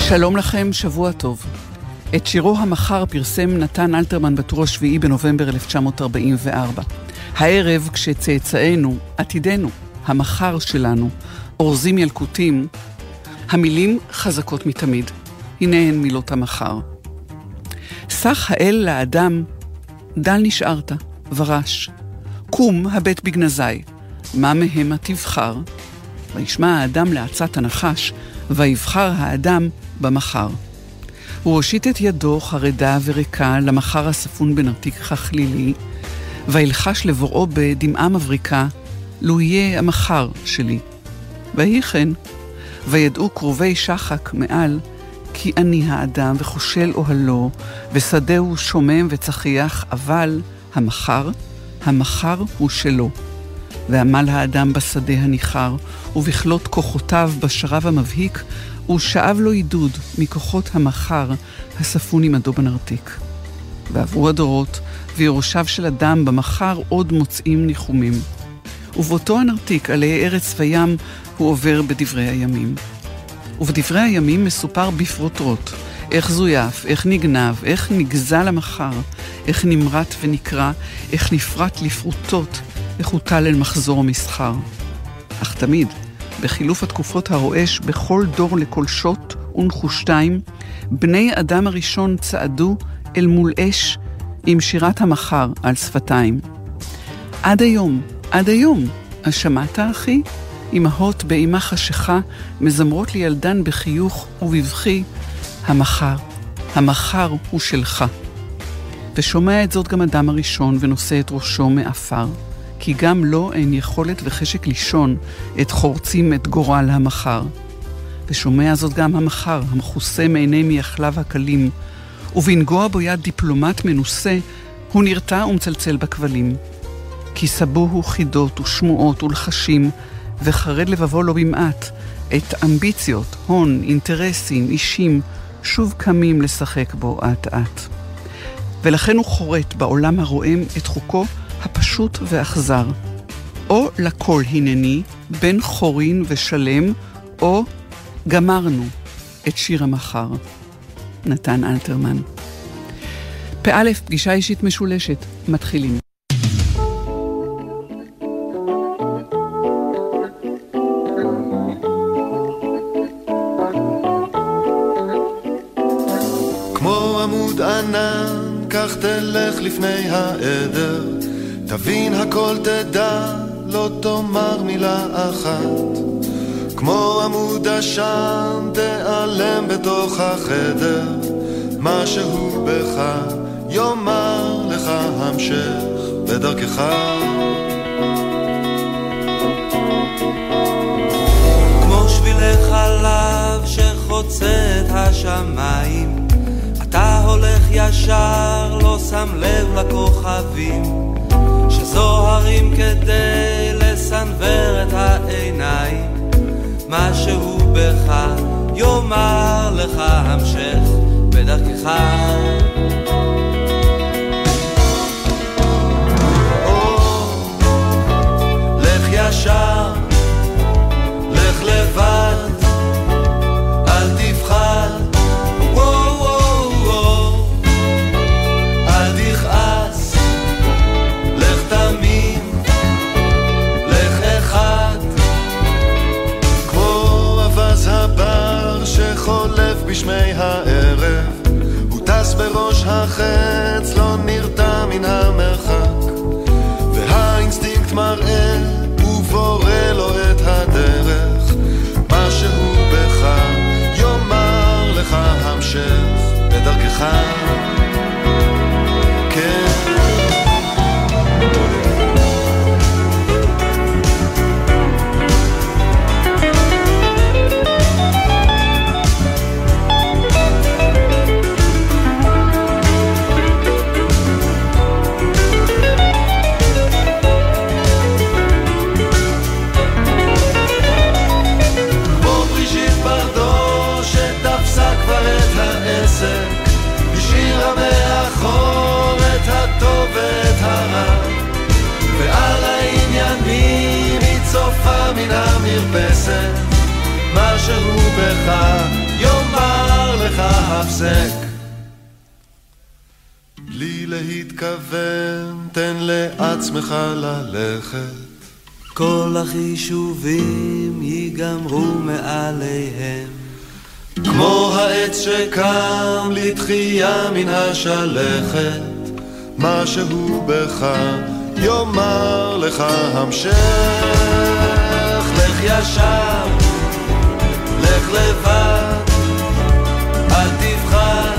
שלום לכם, שבוע טוב. את שירו המחר פרסם נתן אלתרמן בטור השביעי בנובמבר 1944. הערב כשצאצאינו, עתידנו, המחר שלנו, אורזים ילקוטים, המילים חזקות מתמיד. הנה הן מילות המחר. סך האל לאדם, דל נשארת, ורש. קום הבט בגנזי, מה מהמה תבחר? וישמע האדם לעצת הנחש, ויבחר האדם במחר. הוא הושיט את ידו חרדה וריקה למחר הספון בנרתיק חכלילי, וילחש לבוראו בדמעה מבריקה, לו יהיה המחר שלי. ויהי כן, וידעו קרובי שחק מעל, כי אני האדם וחושל אוהלו, ושדהו שומם וצחיח, אבל המחר הוא שלו. ועמל האדם בשדה הניחר, ובכלות כוחותיו בשרב המבהיק, ושאב לו עידוד מכוחות המחר הספון עמדו בנרתיק. ועברו הדורות, ויורשיו של אדם במחר עוד מוצאים ניחומים. ובאותו הנרתיק עלי ארץ וים הוא עובר בדברי הימים. ובדברי הימים מסופר בפרוטרוט, איך זויף, איך נגנב, איך נגזל המחר, איך נמרט ונקרא, איך נפרט לפרוטות, איך הוטל אל מחזור מסחר. אך תמיד, בחילוף התקופות הרועש, בכל דור לכל שוט ונחושתיים, בני אדם הראשון צעדו אל מול אש עם שירת המחר על שפתיים. עד היום, השמעת אחי? אמהות באימה חשיכה מזמרות לילדן בחיוך ובבכי, המחר הוא שלך. ושומע את זאת גם אדם הראשון ונושא את ראשו מאפר, כי גם לו אין יכולת וחשק לישון את חורצים את גורל המחר. ושומע זאת גם המחר, המחוסה מעיני מייחליו הקלים, ובנגוע בו יד דיפלומט מנוסה, הוא נרתע ומצלצל בכבלים. כי סבוהו חידות ושמועות ולחשים, וחרד לבבו לא במעט, את אמביציות, הון, אינטרסים, אישים, שוב קמים לשחק בו עט. ולכן הוא חורט בעולם הרועם את חוקו הפשוט ואכזר. או לכל הנני, בין חורין ושלם, או גמרנו את שיר המחר. נתן אלתרמן. פא' פגישה אישית משולשת. מתחילים. כמו עמוד ענן, כך תלך לפני העדר, תבין הכל תדע, לא תאמר מילה אחת. כמו עמוד עשן, תיעלם בתוך החדר, משהו בך יאמר לך המשך בדרכך. כמו שבילי חלב שחוצה את השמיים, אתה הולך ישר, לא שם לב לכוכבים שזוהרים כדי לסנבר את העיניים. משהו בך יאמר לך המשך בדרכך. לך ישר, לך לבד, אל תפחד, אל תכעס, לך תמים, לך אחד. כמו אבז הבר שחולף בשמי הערב, הוא טס בראש החץ, לא נרתע מן המרחק, והאינסטינקט מראה ובורא לו את הדרך. משהו בך יאמר לך המשך בדרכך. כן, השאירה מאחור את הטוב ואת הרע, ועל העניינים היא צופה מן המרפסת. משהו בך יאמר לך הפסק. בלי להתכוון, תן לעצמך ללכת. כל החישובים ייגמרו מעליהם. כמו העץ שקם לתחייה מן השלכת, משהו בך יאמר לך המשך. לך ישר, לך לבד, אל תבחר,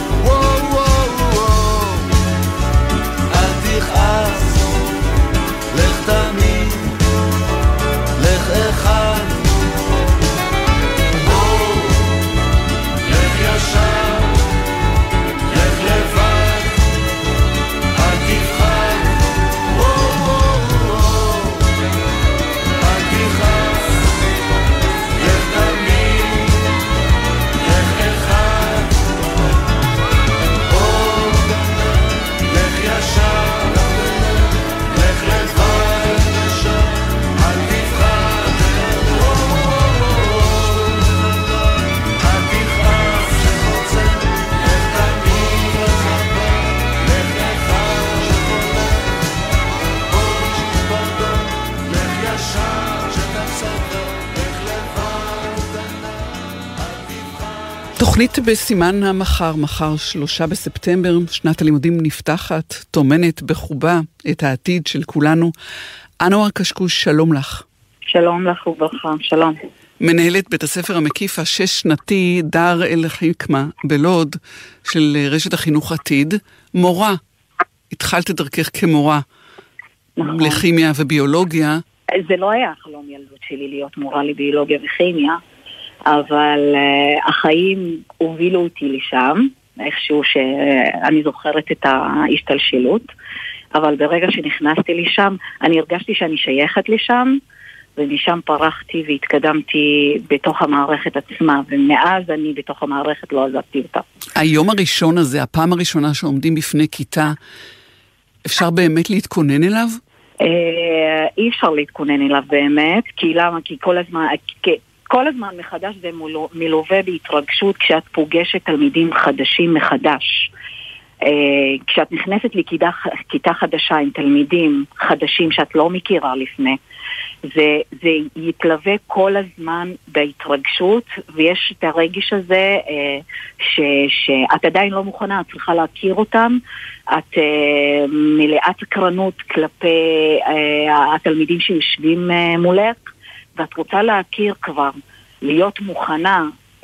אל תכעס, לך תמיד, לך אחד. לך ישר, לך לבד, אל תבחר, אל תכעס, לך תמיד, לך אחד. לך ישר, לך לבד, אל תבחר, אל תכעס, שחוצה, לך תמיד, לך אחד, לך ישר, שתפסת, לך לבד, אל תבחר. תוכנית בסימן המחר, מחר 3 בספטמבר, שנת הלימודים נפתחת, תומנת בחובה את העתיד של כולנו. אנואר קשקוש, שלום לך. שלום לך וברכה, שלום. מנהלת בית הספר המקיף השש-שנתי דאר אל-חיקמה בלוד של רשת החינוך עתיד, מורה. התחלת את דרכך כמורה נכון. לכימיה וביולוגיה. זה לא היה החלום ילדות שלי להיות מורה לביולוגיה וכימיה, אבל החיים הובילו אותי לשם, איכשהו שאני זוכרת את ההשתלשלות, אבל ברגע שנכנסתי לשם, אני הרגשתי שאני שייכת לשם, ומשם פרחתי והתקדמתי בתוך המערכת עצמה, ומאז אני בתוך המערכת לא עזבתי אותה. היום הראשון הזה, הפעם הראשונה שעומדים בפני כיתה, אפשר באמת להתכונן אליו? אי אפשר להתכונן אליו באמת, כי למה? כי כל הזמן מחדש זה מלווה בהתרגשות כשאת פוגשת תלמידים חדשים מחדש. כשאת נכנסת לכיתה חדשה עם תלמידים חדשים שאת לא מכירה לפני, זה יתלווה כל הזמן בהתרגשות, ויש את הרגש הזה שאת עדיין לא מוכנה, את צריכה להכיר אותם, את מלאת קרנות כלפי התלמידים שיושבים מולך, ואת רוצה להכיר כבר, להיות מוכנה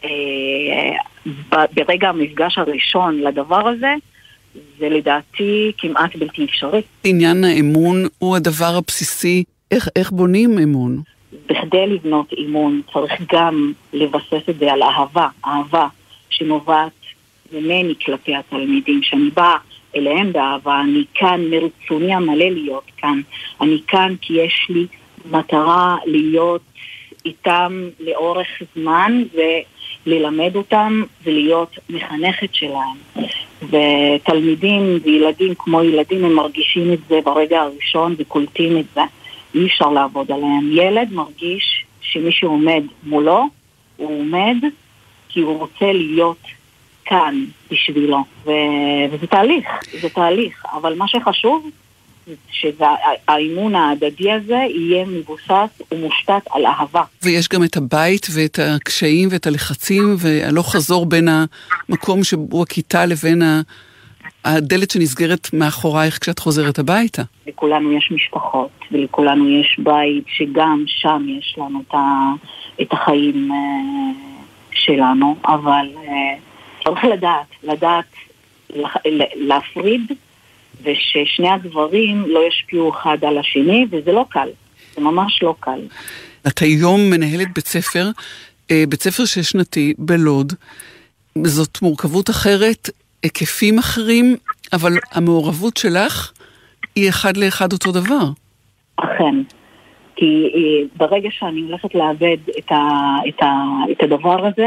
ברגע המפגש הראשון לדבר הזה, זה לדעתי כמעט בלתי אפשרי. עניין האמון הוא הדבר הבסיסי. איך בונים אמון? בכדי לבנות אמון צריך גם לבסס את זה על אהבה שנובעת ממני כלפי התלמידים, שאני באה אליהם באהבה, אני כאן מרצוני המלא להיות כאן, אני כאן כי יש לי מטרה להיות איתם לאורך זמן וללמד אותם ולהיות מחנכת שלהם. ותלמידים וילדים כמו ילדים הם מרגישים את זה ברגע הראשון וקולטים את זה. אי אפשר לעבוד עליהם. ילד מרגיש שמי שעומד מולו, הוא עומד כי הוא רוצה להיות כאן בשבילו. וזה תהליך, אבל מה שחשוב שהאימון ההדדי הזה יהיה מבוסס ומושתת על אהבה. ויש גם את הבית ואת הקשיים ואת הלחצים והלוך חזור בין המקום שהוא הכיתה לבין הדלת שנסגרת מאחורייך כשאת חוזרת הביתה. לכולנו יש משפחות ולכולנו יש בית שגם שם יש לנו את החיים שלנו, אבל צריך לדעת להפריד וששני הדברים לא ישפיעו אחד על השני, וזה לא קל, זה ממש לא קל. את היום מנהלת בית ספר שש-שנתי בלוד, זאת מורכבות אחרת, היקפים אחרים, אבל המעורבות שלך היא אחד לאחד אותו דבר. אכן, כי ברגע שאני הולכת לאבד את הדבר הזה,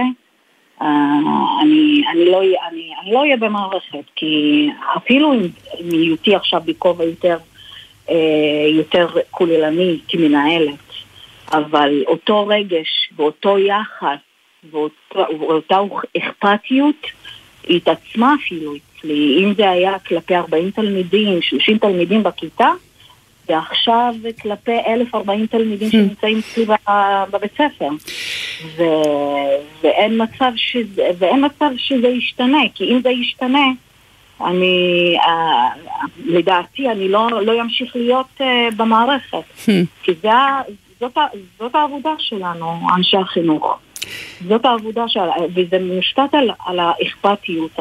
אני לא אהיה במערכת, כי אפילו אם היותי עכשיו בכובע יותר כוללני כמנהלת, אבל אותו רגש ואותו יחס ואותה אכפתיות התעצמה אפילו אצלי. אם זה היה כלפי 40 תלמידים, 30 תלמידים בכיתה, ועכשיו כלפי 1040 תלמידים שנמצאים אצלי בבית ספר. ואין מצב שזה ישתנה, כי אם זה ישתנה, לדעתי אני לא ימשיך להיות במערכת. כי זאת העבודה שלנו, אנשי החינוך. זאת העבודה וזה מושתת על האכפתיות,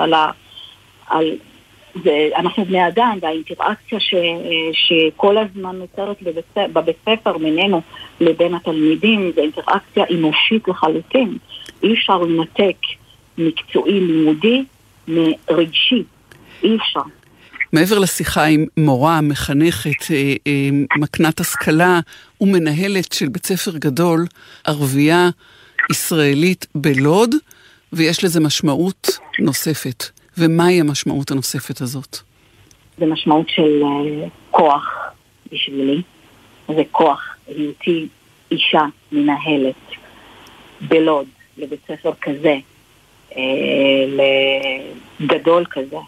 אנחנו בני אדם, והאינטראקציה שכל הזמן נוצרת בבית ספר בינינו לבין התלמידים, זה אינטראקציה אנושית לחלוטין. אי אפשר לנתק מקצועי לימודי מרגשי, אי אפשר. מעבר לשיחה עם מורה, מחנכת, מקנת השכלה ומנהלת של בית ספר גדול, ערבייה ישראלית בלוד, ויש לזה משמעות נוספת. ומהי המשמעות הנוספת הזאת? זה משמעות של כוח בשבילי. זה כוח היותי אישה מנהלת בלוד לבית ספר כזה, לגדול כזה,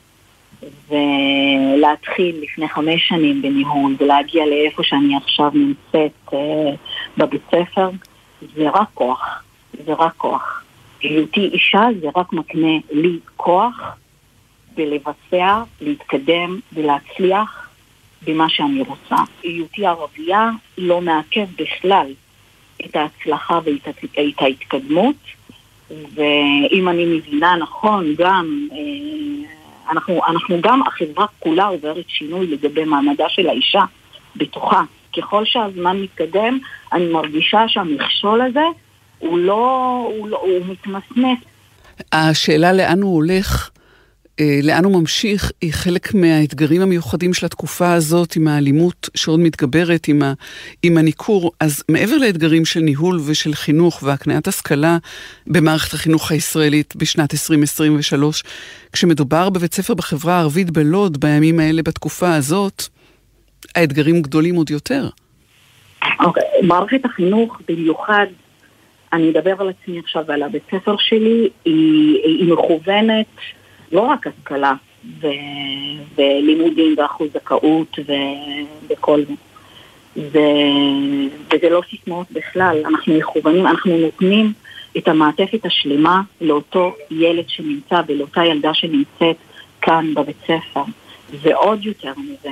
ולהתחיל לפני 5 שנים בניהול ולהגיע לאיפה שאני עכשיו נמצאת בבית ספר, זה רק כוח. זה רק כוח. היותי אישה זה רק מקנה לי כוח בלבצע, להתקדם ולהצליח במה שאני רוצה. היותי ערבייה לא מעכב בכלל את ההצלחה ואת ההתקדמות, ואם אני מבינה נכון, גם אנחנו גם החברה כולה עוברת שינוי לגבי מעמדה של האישה בתוכה. ככל שהזמן מתקדם, אני מרגישה שהמכשול הזה הוא מתמסמס. השאלה לאן הוא הולך, לאן הוא ממשיך, היא חלק מהאתגרים המיוחדים של התקופה הזאת, עם האלימות שעוד מתגברת, עם הניכור. אז מעבר לאתגרים של ניהול ושל חינוך והקניית השכלה במערכת החינוך הישראלית בשנת 2023, כשמדובר בבית ספר בחברה הערבית בלוד, בימים האלה, בתקופה הזאת, האתגרים גדולים עוד יותר. מערכת החינוך במיוחד, אני אדבר על עצמי עכשיו ועל הבית ספר שלי, היא מכוונת לא רק השכלה ולימודים ואחוז זכאות וכל זה. וזה לא סיסמאות בכלל, אנחנו מכוונים, אנחנו נותנים את המעטפת השלמה לאותו ילד שנמצא ולאותה ילדה שנמצאת כאן בבית ספר. ועוד יותר מזה,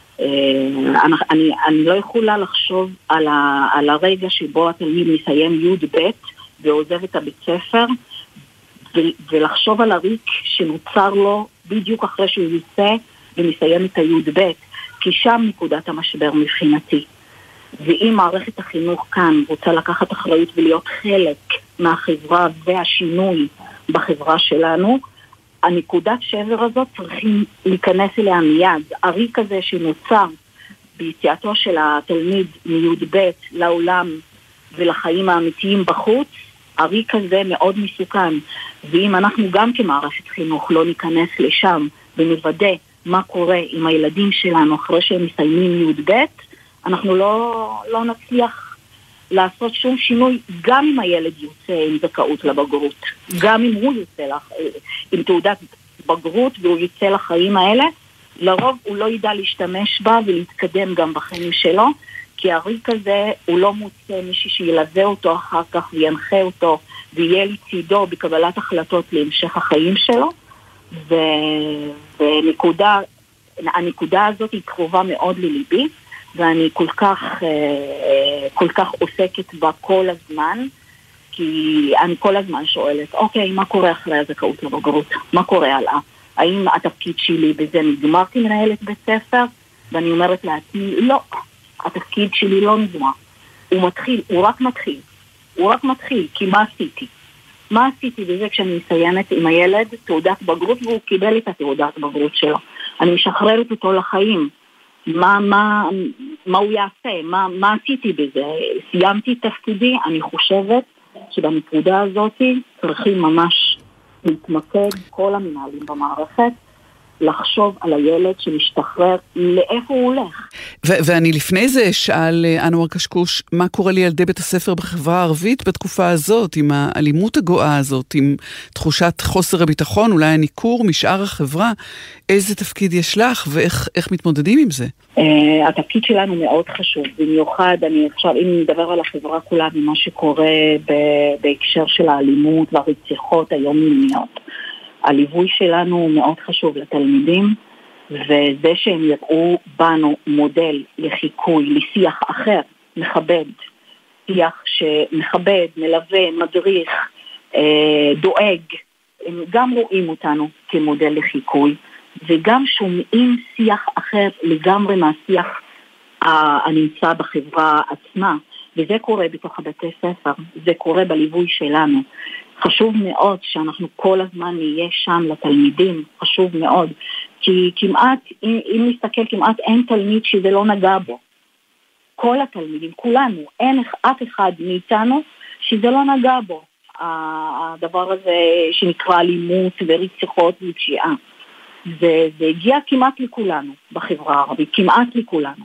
אני לא יכולה לחשוב על הרגע שבו התלמיד מסיים י"ב ועוזב את הבית ספר, ולחשוב על הריק שנוצר לו בדיוק אחרי שהוא יוצא ומסיים את הי"ב, כי שם נקודת המשבר מבחינתי. ואם מערכת החינוך כאן רוצה לקחת אחריות ולהיות חלק מהחברה והשינוי בחברה שלנו, הנקודת שבר הזאת צריכים להיכנס אליה מיד. הריק הזה שנוצר ביציאתו של התלמיד מי"ב לעולם ולחיים האמיתיים בחוץ, הריק הזה מאוד מסוכן. ואם אנחנו גם כמערכת חינוך לא ניכנס לשם ונוודא מה קורה עם הילדים שלנו אחרי שהם מסיימים י"ב, אנחנו לא נצליח לעשות שום שינוי, גם אם הילד יוצא עם זכאות לבגרות, גם אם הוא יוצא עם תעודת בגרות והוא יוצא לחיים האלה, לרוב הוא לא ידע להשתמש בה ולהתקדם גם בחיים שלו, כי הריק הזה הוא לא מוצא מישהו שילווה אותו אחר כך וינחה אותו ויהיה לצידו בקבלת החלטות להמשך החיים שלו. והנקודה הזאת היא קרובה מאוד לליבי, ואני כל כך עוסקת בה כל הזמן, כי אני כל הזמן שואלת, אוקיי, מה קורה אחרי הזכאות לבגרות? מה קורה הלאה? האם התפקיד שלי בזה נגמר כמנהלת בית ספר? ואני אומרת לעצמי, לא, התפקיד שלי לא נגמר. הוא רק מתחיל, כי מה עשיתי? מה עשיתי בזה כשאני מסיימת עם הילד תעודת בגרות והוא קיבל את התעודת בגרות שלו? אני משחררת אותו לחיים. מה הוא יעשה? מה עשיתי בזה? סיימתי את תפקידי. אני חושבת שבנקודה הזאת צריכים ממש להתמקד כל המנהלים במערכת לחשוב על הילד שמשתחרר, לאיפה הוא הולך. ואני לפני זה אשאל, אנואר קשקוש, מה קורה לילדי בית הספר בחברה הערבית בתקופה הזאת, עם האלימות הגואה הזאת, עם תחושת חוסר הביטחון, אולי הניכור משאר החברה, איזה תפקיד יש לך ואיך מתמודדים עם זה? התפקיד שלנו מאוד חשוב, במיוחד, אם נדבר על החברה כולה ממה שקורה בהקשר של האלימות והרציחות היומיומיות. הליווי שלנו מאוד חשוב לתלמידים, וזה שהם יראו בנו מודל לחיקוי, לשיח אחר, מכבד, שיח שמכבד, מלווה, מדריך, דואג, הם גם רואים אותנו כמודל לחיקוי, וגם שומעים שיח אחר לגמרי מהשיח הנמצא בחברה עצמה, וזה קורה בתוך הבתי ספר, זה קורה בליווי שלנו. חשוב מאוד שאנחנו כל הזמן נהיה שם לתלמידים, חשוב מאוד, כי כמעט, אם נסתכל, כמעט אין תלמיד שזה לא נגע בו. כל התלמידים, כולנו, אין אף אחד מאיתנו שזה לא נגע בו. הדבר הזה שנקרא אלימות ורציחות ופשיעה. זה הגיע כמעט לכולנו בחברה הערבית, כמעט לכולנו.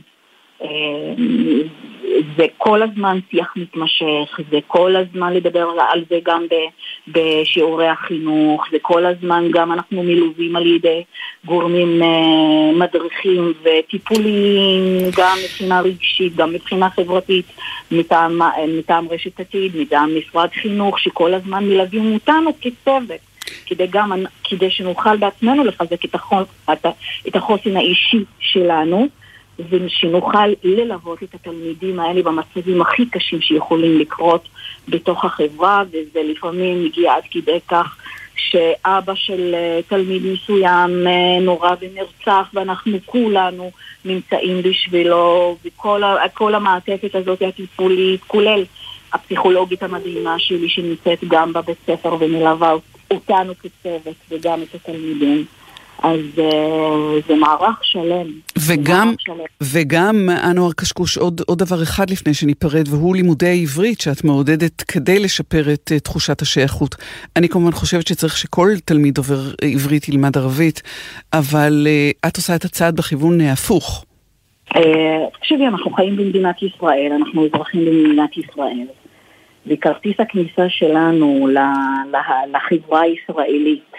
זה כל הזמן שיח מתמשך, זה כל הזמן לדבר על זה גם בשיעורי החינוך, זה כל הזמן גם אנחנו מלווים על ידי גורמים מדריכים וטיפוליים, גם מבחינה רגשית, גם מבחינה חברתית, מטעם רשת עתיד, מטעם משרד חינוך, שכל הזמן מלווים אותנו כצוות. כדי שנוכל בעצמנו לחזק את החוסן האישי שלנו, ושנוכל ללוות את התלמידים האלה במצבים הכי קשים שיכולים לקרות בתוך החברה, וזה לפעמים מגיע עד כדי כך שאבא של תלמיד מסוים נורא ונרצח, ואנחנו כולנו נמצאים בשבילו, וכל המעטפת הזאת הטיפולית, כולל הפסיכולוגית המדהימה שלי שנמצאת גם בבית ספר ומלווה אותנו כצוות וגם את התלמידים. אז זה מערך שלם. וגם אנואר קשקוש, עוד דבר אחד לפני שניפרד, והוא לימודי העברית שאת מעודדת כדי לשפר את תחושת השייכות. אני כמובן חושבת שצריך שכל תלמיד דובר עברית ילמד ערבית, אבל את עושה את הצעד בכיוון הפוך. תקשיבי, אנחנו חיים במדינת ישראל, אנחנו אזרחים במדינת ישראל, וכרטיס הכניסה שלנו לחברה הישראלית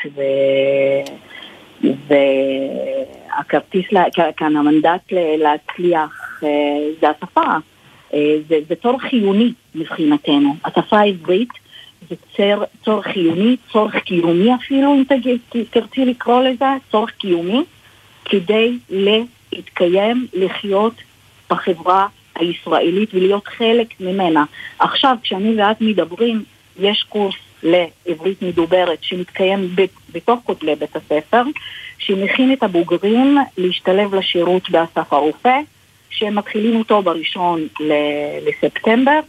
והכרטיס, כאן המנדט להצליח זה השפה, זה צורך חיוני מבחינתנו. השפה העברית זה צורך חיוני, צורך קיומי אפילו, אם תרצי לקרוא לזה, צורך קיומי, כדי להתקיים, לחיות בחברה הישראלית ולהיות חלק ממנה. עכשיו, כשאני ואת מדברים, יש קורס לעברית מדוברת שמתקיים בתוך כותלי בית הספר, שמכין את הבוגרים להשתלב לשירות באסף הרופא, שהם מתחילים אותו בראשון לספטמבר.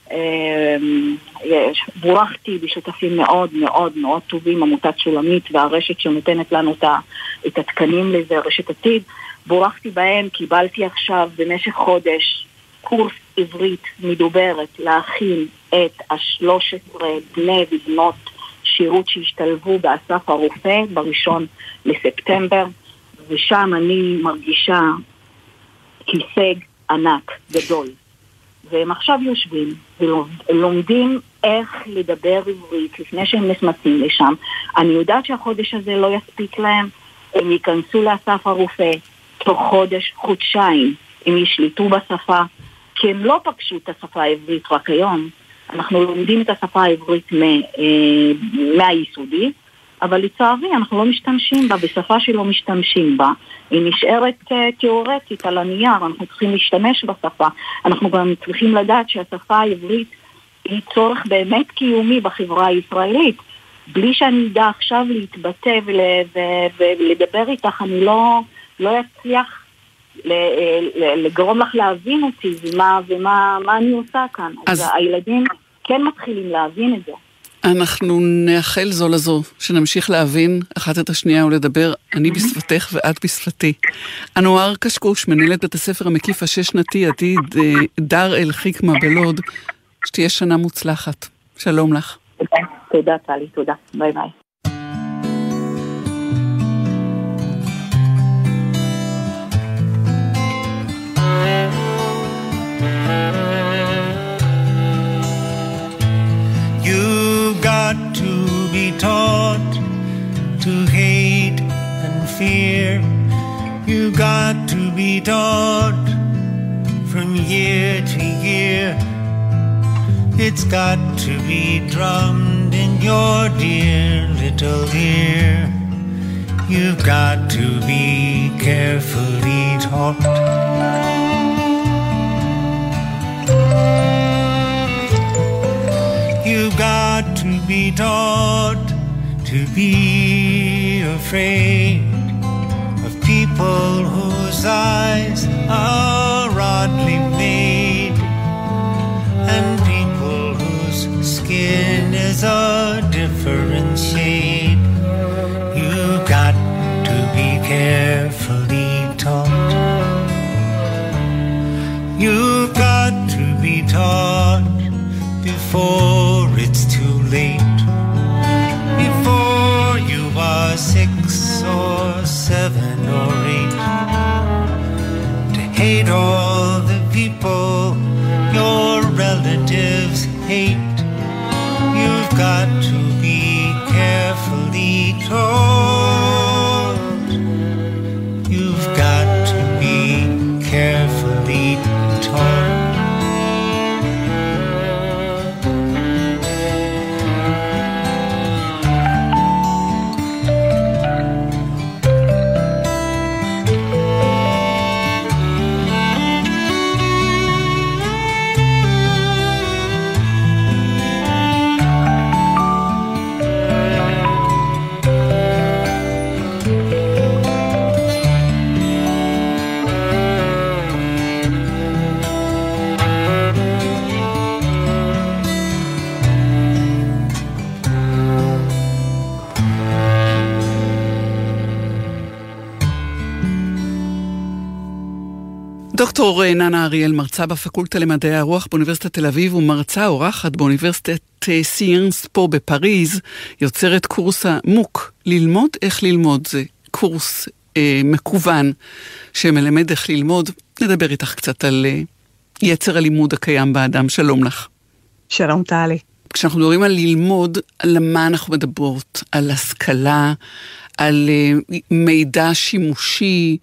בורכתי בשותפים מאוד מאוד מאוד טובים, עמותת שולמית והרשת שנותנת לנו את התקנים לזה, רשת עתיד. בורכתי בהם, קיבלתי עכשיו במשך חודש קורס עברית מדוברת להכין את 13 בני ובנות שירות שהשתלבו באסף הרופא בראשון לספטמבר, ושם אני מרגישה הישג ענק גדול. והם עכשיו יושבים ולומדים איך לדבר עברית לפני שהם נכנסים לשם. אני יודעת שהחודש הזה לא יספיק להם, הם ייכנסו לאסף הרופא תוך חודש, חודשיים, הם ישליטו בשפה, כי הם לא פגשו את השפה העברית רק היום. אנחנו לומדים את השפה העברית מהיסודי, אבל לצערי אנחנו לא משתמשים בה, בשפה שלא משתמשים בה. היא נשארת תיאורטית על הנייר, אנחנו צריכים להשתמש בשפה. אנחנו גם צריכים לדעת שהשפה העברית היא צורך באמת קיומי בחברה הישראלית. בלי שאני ידע עכשיו להתבטא ולדבר איתך, אני לא אצליח לגרום לך להבין אותי ומה אני עושה כאן. אז הילדים כן מתחילים להבין את זה. אנחנו נאחל זו לזו שנמשיך להבין אחת את השנייה ולדבר, אני בשפתך ואת בשפתי. אנואר קשקוש, מנהלת בית הספר המקיף השש-שנתי עתיד דר אל חיקמה בלוד, שתהיה שנה מוצלחת. שלום לך. תודה טלי, תודה. ביי ביי. to hate and fear. You got to be taught from year to year. It's got to be drummed in your dear little ear. You've got to be carefully taught. You've got to be taught to be afraid of people whose eyes are oddly made, and people whose skin is a different shade. You've got to be carefully taught. You've got to be taught before it's too late, before you are 6 or 7 or 8, to hate all the people your relatives hate. You've got to be carefully taught. You've got to be carefully taught. דוקטור ננה אריאל, מרצה בפקולטה למדעי הרוח באוניברסיטת תל אביב, ומרצה אורחת באוניברסיטת סיאנס פה בפריז, יוצרת קורס המוק, ללמוד איך ללמוד. זה קורס מקוון שמלמד איך ללמוד. נדבר איתך קצת על יצר הלימוד הקיים באדם. שלום לך. שלום טלי. כשאנחנו מדברים על ללמוד, על מה אנחנו מדברות? על השכלה, על מידע שימושי.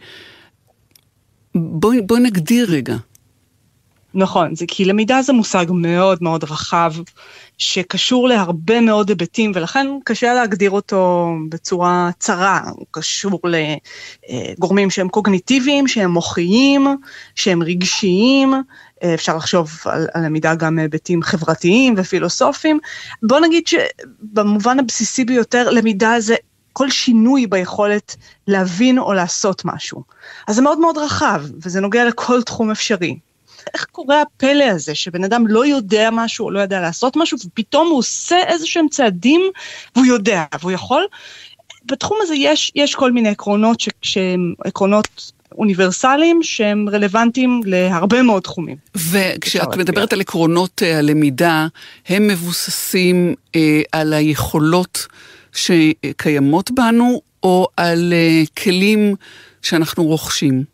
בואי נגדיר רגע. נכון, כי למידה זה מושג מאוד מאוד רחב, שקשור להרבה מאוד היבטים, ולכן קשה להגדיר אותו בצורה צרה. הוא קשור לגורמים שהם קוגניטיביים, שהם מוחיים, שהם רגשיים, אפשר לחשוב על למידה גם היבטים חברתיים ופילוסופיים. בוא נגיד שבמובן הבסיסי ביותר, למידה זה כל שינוי ביכולת להבין או לעשות משהו. אז זה מאוד מאוד רחב, וזה נוגע לכל תחום אפשרי. איך קורה הפלא הזה, שבן אדם לא יודע משהו, או לא יודע לעשות משהו, ופתאום הוא עושה איזשהם צעדים, והוא יודע, והוא יכול? בתחום הזה יש כל מיני עקרונות, שהם עקרונות אוניברסליים, שהם רלוונטיים להרבה מאוד תחומים. וכשאת מדברת על עקרונות הלמידה, הם מבוססים על היכולות שקיימות בנו, או על כלים שאנחנו רוכשים?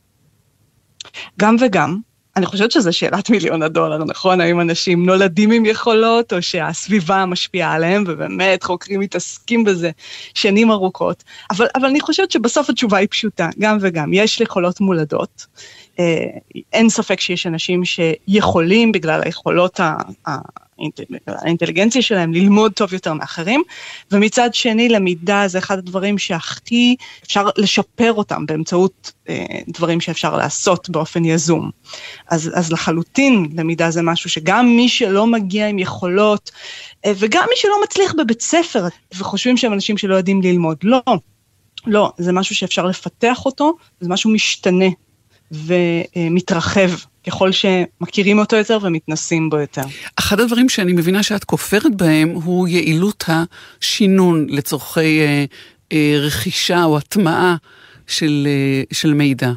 גם וגם. אני חושבת שזו שאלת $1,000,000, נכון? האם אנשים נולדים עם יכולות, או שהסביבה משפיעה עליהם, ובאמת חוקרים מתעסקים בזה שנים ארוכות. אבל אני חושבת שבסוף התשובה היא פשוטה, גם וגם. יש יכולות מולדות. אין ספק שיש אנשים שיכולים, בגלל היכולות האינטליגנציה שלהם, ללמוד טוב יותר מאחרים, ומצד שני, למידה זה אחד הדברים שהכי אפשר לשפר אותם, באמצעות דברים שאפשר לעשות באופן יזום. אז לחלוטין, למידה זה משהו שגם מי שלא מגיע עם יכולות, וגם מי שלא מצליח בבית ספר, וחושבים שהם אנשים שלא יודעים ללמוד. לא, זה משהו שאפשר לפתח אותו, זה משהו משתנה, ומתרחב, ככל שמכירים אותו יותר ומתנסים בו יותר. אחד הדברים שאני מבינה שאת כופרת בהם, הוא יעילות השינון לצורכי רכישה או הטמעה של מידע.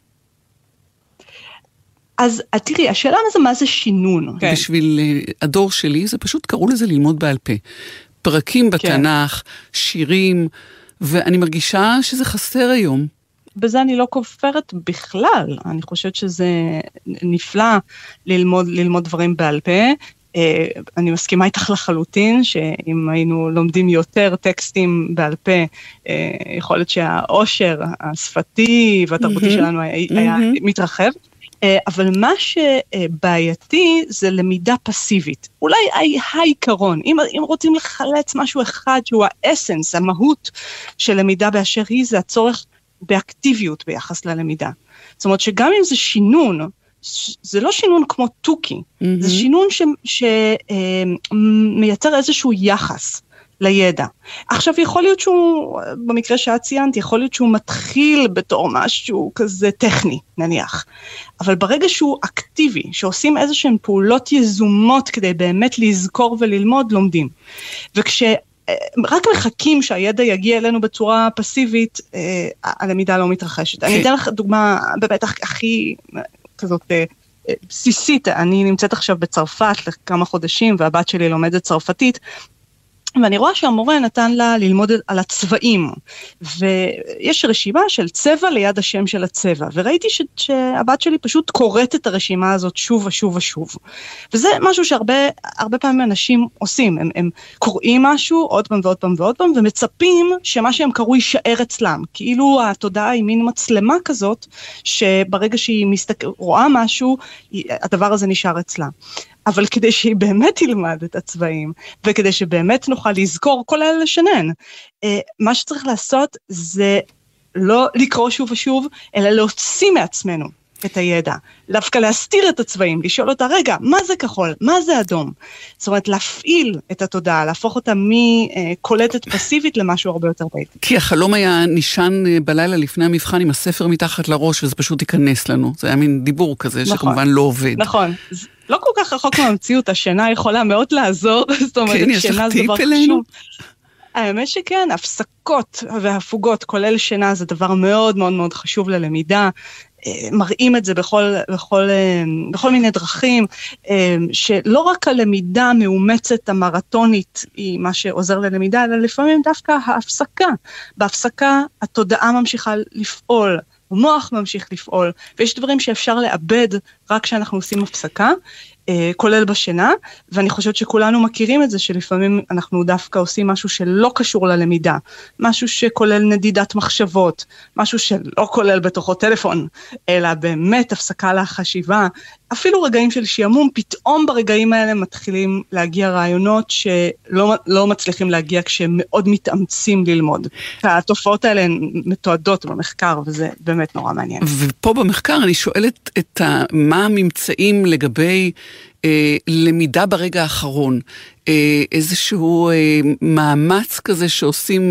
אז תראי, השאלה מה זה שינון? כן. בשביל הדור שלי, זה פשוט קראו לזה ללמוד בעל פה. פרקים בתנ"ך, שירים, ואני מרגישה שזה חסר היום. בזה אני לא כופרת בכלל, אני חושבת שזה נפלא ללמוד דברים בעל פה, אני מסכימה איתך לחלוטין, שאם היינו לומדים יותר טקסטים בעל פה, יכול להיות שהעושר השפתי והתרבותי שלנו היה מתרחב, אבל מה שבעייתי זה למידה פסיבית. אולי העיקרון, אם רוצים לחלץ משהו אחד שהוא האסנס, המהות של למידה באשר היא, זה הצורך באקטיביות ביחס ללמידה. זאת אומרת שגם אם זה שינון, זה לא שינון כמו טוקי, זה שינון שמייצר איזשהו יחס לידע. עכשיו יכול להיות שהוא, במקרה שאת ציינת, יכול להיות שהוא מתחיל בתור משהו כזה טכני, נניח. אבל ברגע שהוא אקטיבי, שעושים איזשהן פעולות יזומות כדי באמת לזכור וללמוד, לומדים. רק מחכים שהידע יגיע אלינו בצורה פסיבית, הלמידה לא מתרחשת. אני אתן לך דוגמה באמת הכי כזאת בסיסית. אני נמצאת עכשיו בצרפת לכמה חודשים, והבת שלי לומדת צרפתית, ואני רואה שהמורה נתן לה ללמוד על הצבעים, ויש רשימה של צבע ליד השם של הצבע, וראיתי שהבת שלי פשוט קוראת את הרשימה הזאת שוב ושוב ושוב, וזה משהו שהרבה פעמים אנשים עושים, הם קוראים משהו עוד פעם ועוד פעם ועוד פעם, ומצפים שמה שהם קראו יישאר אצלם, כאילו התודעה היא מין מצלמה כזאת, שברגע שהיא רואה משהו, הדבר הזה נשאר אצלה. אבל כדי שהיא באמת תלמד את הצבעים, וכדי שבאמת נוכל לזכור כל אלה לשנן, מה שצריך לעשות זה לא לקרוא שוב ושוב, אלא להוציא מעצמנו את הידע, דווקא להסתיר את הצבעים, לשאול אותה, רגע, מה זה כחול? מה זה אדום? זאת אומרת, להפעיל את התודעה, להפוך אותה מקולטת פסיבית למשהו הרבה יותר בית. כי החלום היה נשען בלילה לפני המבחן עם הספר מתחת לראש, וזה פשוט ייכנס לנו. זה היה מין דיבור כזה, נכון, שכמובן לא עובד. נכון. לא כל כך רחוק מהמציאות, השינה יכולה מאוד לעזור, זאת אומרת, כן, יש לך טיפ אלינו? האמת שכן, הפסקות והפוגות, כולל שינה, זה דבר מאוד מאוד מאוד חשוב ללמידה, מראים את זה בכל מיני דרכים, שלא רק הלמידה המאומצת המרתונית היא מה שעוזר ללמידה, אלא לפעמים דווקא ההפסקה. בהפסקה התודעה ממשיכה לפעול, המוח ממשיך לפעול, ויש דברים שאפשר לאבד רק כשאנחנו עושים הפסקה, כולל בשינה, ואני חושבת שכולנו מכירים את זה, שלפעמים אנחנו דווקא עושים משהו שלא קשור ללמידה, משהו שכולל נדידת מחשבות, משהו שלא כולל בתוכו טלפון, אלא באמת הפסקה לחשיבה, אפילו רגעים של שיעמום, פתאום ברגעים האלה מתחילים להגיע רעיונות שלא מצליחים להגיע כשהם מאוד מתאמצים ללמוד. התופעות האלה הן מתועדות במחקר, וזה באמת נורא מעניין. ופה במחקר אני שואלת מה הממצאים לגבי למידה ברגע האחרון, איזשהו מאמץ כזה שעושים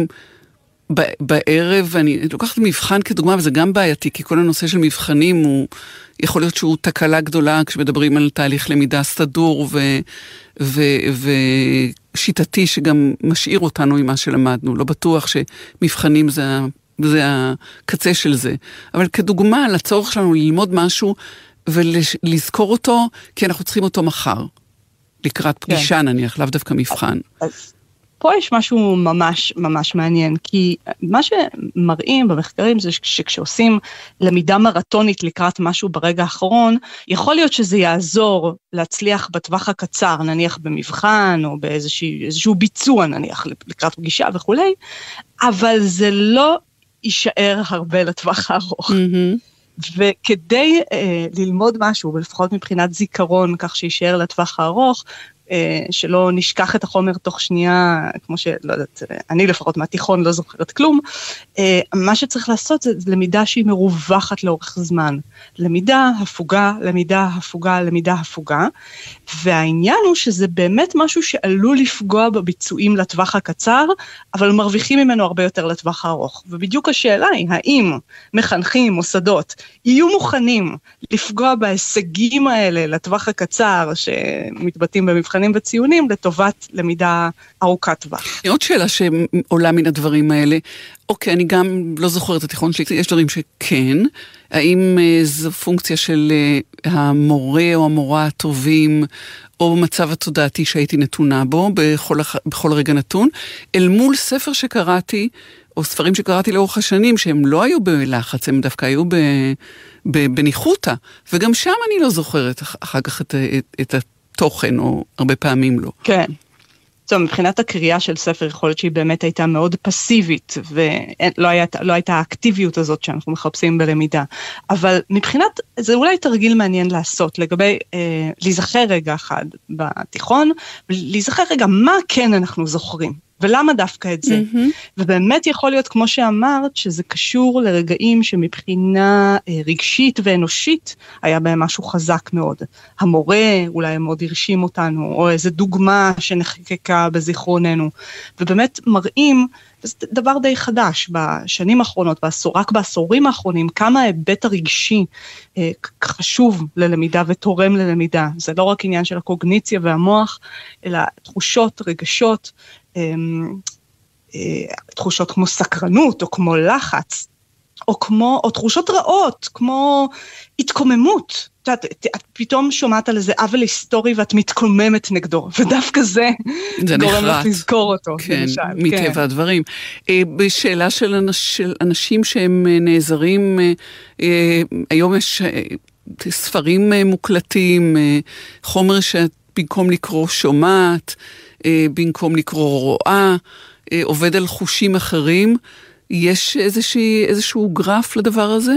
בערב, ואני לוקחת מבחן כדוגמה, וזה גם בעייתי, כי כל הנושא של מבחנים הוא, יכול להיות שהוא תקלה גדולה, כשמדברים על תהליך למידה סדור ושיטתי, שגם משאיר אותנו עם מה שלמדנו. לא בטוח שמבחנים זה הקצה של זה. אבל כדוגמה, לצורך שלנו ללמוד משהו, ולזכור אותו, כי אנחנו צריכים אותו מחר. לקראת פגישה נניח, לאו דווקא מבחן. פה יש משהו ממש ממש מעניין, כי מה שמראים במחקרים זה שכשעושים למידה מרתונית לקראת משהו ברגע האחרון, יכול להיות שזה יעזור להצליח בטווח הקצר, נניח במבחן או באיזשהו ביצוע נניח לקראת פגישה וכולי, אבל זה לא יישאר הרבה לטווח הארוך. וכדי ללמוד משהו, ולפחות מבחינת זיכרון, כך שישאר לטווח הארוך, שלא נשכח את החומר תוך שנייה, כמו שלא יודעת, אני לפחות מהתיכון לא זוכרת כלום, מה שצריך לעשות זה למידה שהיא מרווחת לאורך זמן. למידה, הפוגה, למידה, הפוגה, למידה, הפוגה, והעניין הוא שזה באמת משהו שעלול לפגוע בביצועים לטווח הקצר, אבל מרוויחים ממנו הרבה יותר לטווח הארוך. ובדיוק השאלה היא, האם מחנכים, מוסדות, יהיו מוכנים לפגוע בהישגים האלה לטווח הקצר, שמתבטאים במבחנים וציונים, לטובת למידה ארוכת טווח. עוד שאלה שעולה מן הדברים האלה, אוקיי, אני גם לא זוכרת את התיכון שלי, יש דברים שכן, האם זו פונקציה של המורה או המורה הטובים, או מצב התודעתי שהייתי נתונה בו, בכל רגע נתון, אל מול ספר שקראתי, או ספרים שקראתי לאורך השנים, שהם לא היו בלחץ, הם דווקא היו בניחותה, וגם שם אני לא זוכרת אחר כך את תוכן, או הרבה פעמים לא. כן. זאת, מבחינת הקריאה של ספר, יכול להיות שהיא באמת הייתה מאוד פסיבית, ולא הייתה האקטיביות הזאת שאנחנו מחפשים בלמידה. אבל מבחינת, זה אולי תרגיל מעניין לעשות, לגבי להיזכר רגע אחד בתיכון, ולהיזכר רגע מה כן אנחנו זוכרים. ולמה דווקא את זה? ובאמת יכול להיות, כמו שאמרת, שזה קשור לרגעים שמבחינה רגשית ואנושית, היה בהם משהו חזק מאוד. המורה אולי מאוד הרשים אותנו, או איזו דוגמה שנחקקה בזיכרוננו, ובאמת מראים, זה דבר די חדש בשנים האחרונות, רק בעשורים האחרונים, כמה ההיבט הרגשי חשוב ללמידה ותורם ללמידה. זה לא רק עניין של הקוגניציה והמוח, אלא תחושות, רגשות, תחושות כמו סקרנות, או כמו לחץ, או תחושות רעות, כמו התקוממות. את פתאום שומעת על איזה עוול היסטורי, ואת מתקוממת נגדו, ודווקא זה גורם לך לזכור אותו. כן, מטבע הדברים. בשאלה של אנשים שהם נעזרים, היום יש ספרים מוקלטים, חומר שבמקום לקרוא שומעת, במקום לקרוא רואה, עובד על חושים אחרים. יש איזשהו גרף לדבר הזה?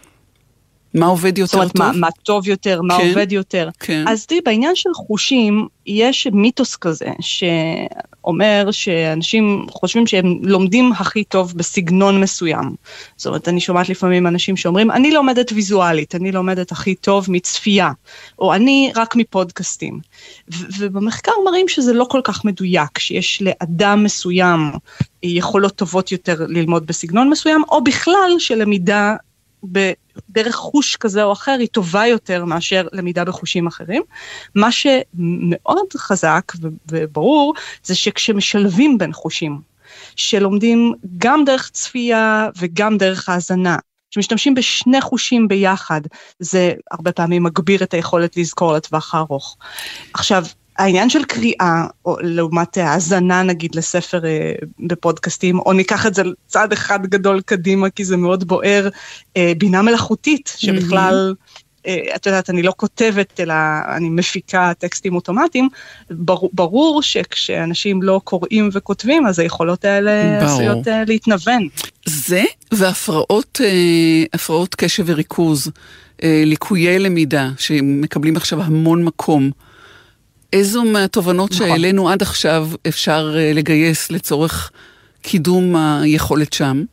מה עובד יותר טוב? מה טוב יותר, מה עובד יותר. אז תראי, בעניין של חושים, יש מיתוס כזה, שאומר שאנשים חושבים שהם לומדים הכי טוב בסגנון מסוים. זאת אומרת, אני שומעת לפעמים אנשים שאומרים, אני לומדת ויזואלית, אני לומדת הכי טוב מצפייה, או אני רק מפודקאסטים. ובמחקר מראים שזה לא כל כך מדויק, שיש לאדם מסוים יכולות טובות יותר ללמוד בסגנון מסוים, או בכלל שלמידה בדרך חוש כזה או אחר היא טובה יותר מאשר למידה בחושים אחרים. מה שמאוד חזק וברור זה שכשמשלבים בין חושים, שלומדים גם דרך צפייה וגם דרך האזנה, שמשתמשים בשני חושים ביחד, זה הרבה פעמים מגביר את היכולת לזכור לטווח הארוך. עכשיו, העניין של קריאה, או לעומת האזנה נגיד לספר בפודקאסטים, או ניקח את זה צעד אחד גדול קדימה, כי זה מאוד בוער, בינה מלאכותית, שבכלל, את יודעת, אני לא כותבת, אלא אני מפיקה טקסטים אוטומטיים, ברור שכשאנשים לא קוראים וכותבים, אז היכולות האלה עשויות להתנוון. זה, והפרעות קשב וריכוז, ליקויי למידה, שמקבלים עכשיו המון מקום, איזו מהתובנות שהעלינו עד עכשיו אפשר לגייס לצורך קידום היכולת שם?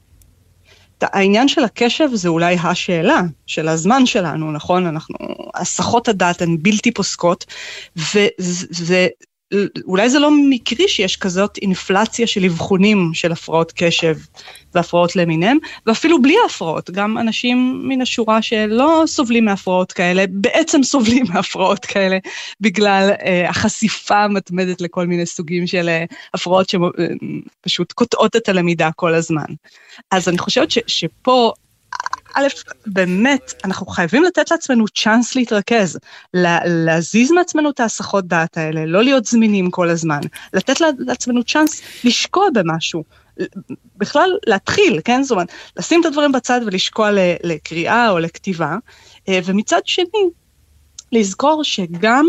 העניין של הקשב זה אולי השאלה של הזמן שלנו, נכון? הסחות הדעת הן בלתי פוסקות, אולי זה לא מקרי שיש כזאת אינפלציה של אבחונים של הפרעות קשב והפרעות למיניהם, ואפילו בלי הפרעות, גם אנשים מן השורה שלא סובלים מהפרעות כאלה, בעצם סובלים מהפרעות כאלה, בגלל החשיפה המתמדת לכל מיני סוגים של הפרעות שפשוט קוטעות את הלמידה כל הזמן. אז אני חושבת שפה, א', באמת, אנחנו חייבים לתת לעצמנו צ'אנס להתרכז, להזיז מעצמנו את ההסחות דעת האלה, לא להיות זמינים כל הזמן, לתת לעצמנו צ'אנס לשקוע במשהו, בכלל להתחיל, כן? זאת אומרת, לשים את הדברים בצד ולשקוע לקריאה או לכתיבה, ומצד שני, לזכור שגם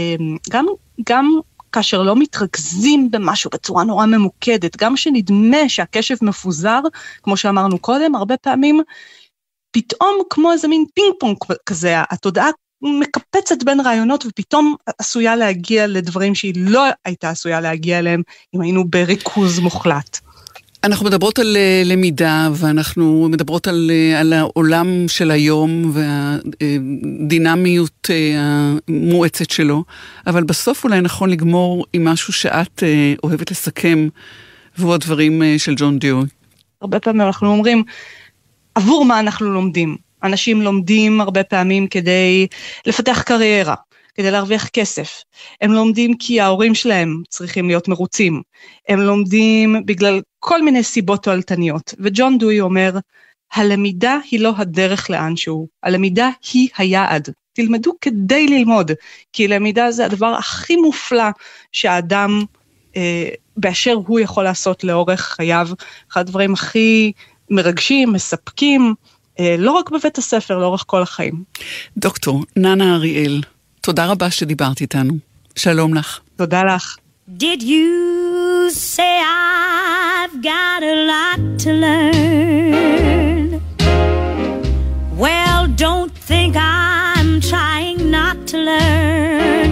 כאשר לא מתרכזים במשהו בצורה נורא ממוקדת, גם שנדמה שהקשב מפוזר, כמו שאמרנו קודם, הרבה פעמים, פתאום כמו איזה מין פינג פונג כזה, התודעה מקפצת בין רעיונות, ופתאום עשויה להגיע לדברים שהיא לא הייתה עשויה להגיע אליהם, אם היינו בריכוז מוחלט. אנחנו מדברות על למידה, ואנחנו מדברות על העולם של היום, והדינמיות המואצת שלו, אבל בסוף אולי נכון לגמור עם משהו שאת אוהבת לסכם, והוא הדברים של ג'ון דיוי. הרבה פעמים אנחנו אומרים, עבור מה אנחנו לומדים? אנשים לומדים הרבה פעמים כדי לפתח קריירה, כדי להרוויח כסף. הם לומדים כי ההורים שלהם צריכים להיות מרוצים. הם לומדים בגלל כל מיני סיבות תועלתניות. וג'ון דיוי אומר, הלמידה היא לא הדרך לאנשהו, הלמידה היא היעד. תלמדו כדי ללמוד, כי למידה זה הדבר הכי מופלא שהאדם באשר הוא יכול לעשות לאורך חייו. אחד הדברים הכי מרגשים, מספקים, לא רק בבית הספר, לאורך כל החיים. דוקטור ננה אריאל, תודה רבה שדיברת איתנו. שלום לך. תודה לך. Did you say I've got a lot to learn? Well, don't think I'm trying not to learn,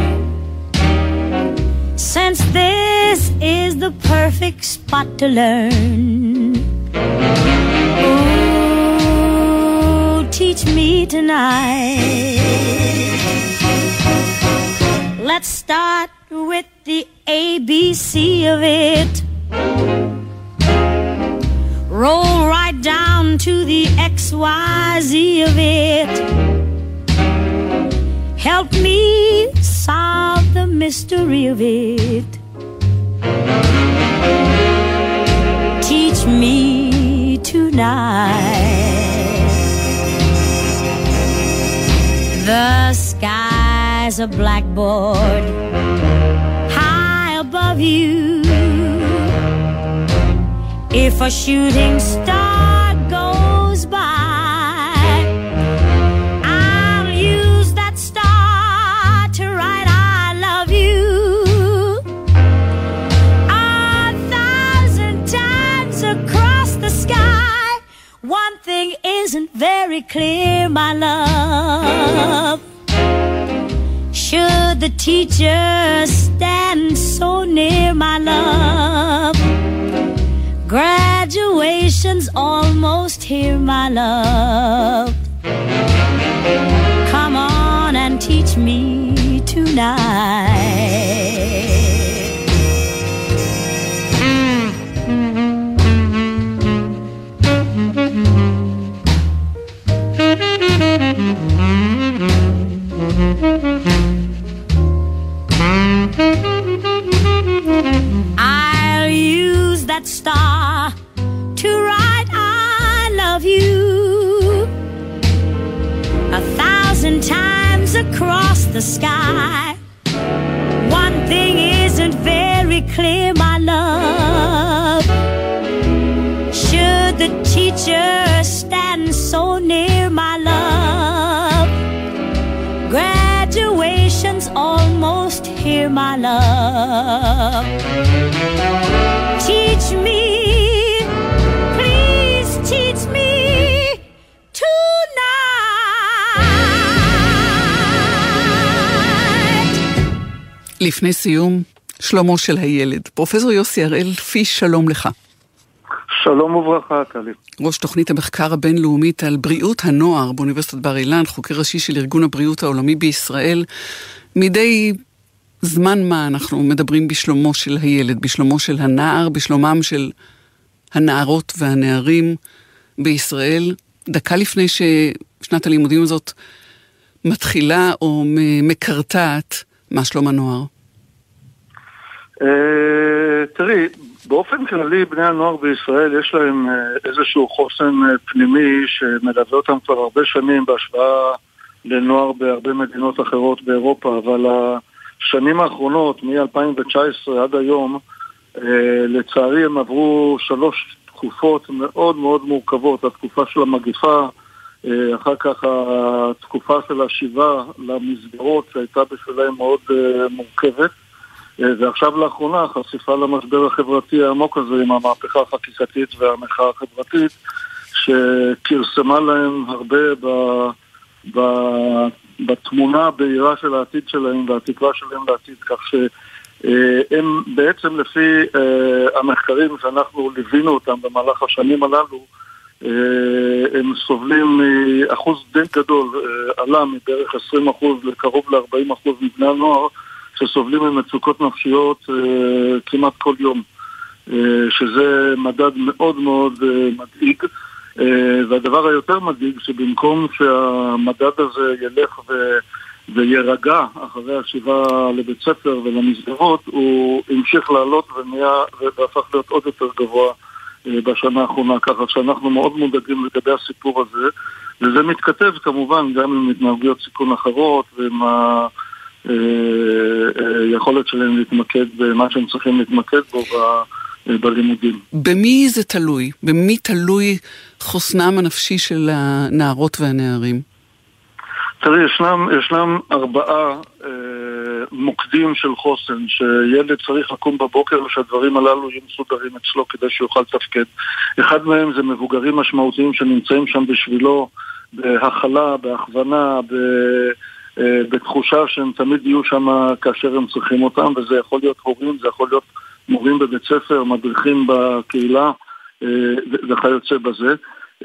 since this is the perfect spot to learn. Oh, teach me tonight. Let's start with the ABC of it. Roll right down to the XYZ of it. Help me solve the mystery of it. Teach me tonight. The sky's a blackboard high above you. If a shooting star goes by, I'll use that star to write I love you 1,000 times across the sky. One thing isn't very clear, my love. Should the teacher stand so near, my love? Graduation's almost here, my love. Come on and teach me tonight. I'll use that star to write I love you 1,000 times across the sky. One thing isn't very clear, my love. Should the teacher stand so near, my love? Graduation's almost here, my love. Teach me, please teach me tonight. לפני סיום, שלומו של הילד. פרופסור יוסי הראל פיש, שלום לך. שלום וברכה, טלי. ראש תוכנית המחקר הבינלאומית על בריאות הנוער באוניברסיטת בר אילן, חוקר ראשי של ארגון הבריאות העולמי בישראל. מדי זמן מה אנחנו מדברים בשלומו של הילד, בשלומו של הנער, בשלומם של הנערות והנערים בישראל. דקה לפני ששנת הלימודים הזאת מתחילה או מקרטעת, מה שלום הנוער? תראי, באופן כללי בני הנוער בישראל יש להם איזשהו חוסן פנימי שמלווה אותם כבר הרבה שנים בהשוואה לנוער בהרבה מדינות אחרות באירופה, אבל השנים האחרונות, מ-2019 עד היום, לצערי הם עברו 3 תקופות מאוד מאוד מורכבות. התקופה של המגפה, אחר כך התקופה של השיבה למסגרות שהייתה בשבילהם מאוד מורכבת, ועכשיו לאחרונה חשיפה למשבר החברתי העמוק הזה עם המהפכה החקיקתית והמחאה החברתית שכרסמה להם הרבה בתמונה בהירה של העתיד שלהם והתקווה שלהם לעתיד, כך שהם בעצם לפי המחקרים שאנחנו ליווינו אותם במהלך השנים הללו, הם סובלים מאחוז די גדול, עלה מבערך 20% לקרוב ל-40% מבני הנוער שסובלים ממצוקות נפשיות כמעט כל יום, שזה מדד מאוד מאוד מדאיג. והדבר היותר מדאיג שבמקום שהמדד הזה ילך וירגע אחרי השיבה לבית ספר ולמסגרות, הוא המשיך לעלות והפך להיות עוד יותר גבוה בשנה האחרונה, ככה שאנחנו מאוד מודאגים לגבי הסיפור הזה, וזה מתכתב כמובן גם עם התנהגויות סיכון אחרות ועם היכולת שלהם להתמקד במה שהם צריכים להתמקד בו בלימודים. במי זה תלוי? במי תלוי חוסנם הנפשי של הנערות והנערים? תראי, ישנם 4 מוקדים של חוסן, שילד צריך לקום בבוקר ושהדברים הללו יהיו מסודרים אצלו כדי שיוכל לתפקד. אחד מהם זה מבוגרים משמעותיים שנמצאים שם בשבילו, בהכלה, בהכוונה, בתחושה שהם תמיד יהיו שם כאשר הם צריכים אותם, וזה יכול להיות הורים, זה יכול להיות מורים בבית ספר, מדריכים בקהילה וכיוצא בזה.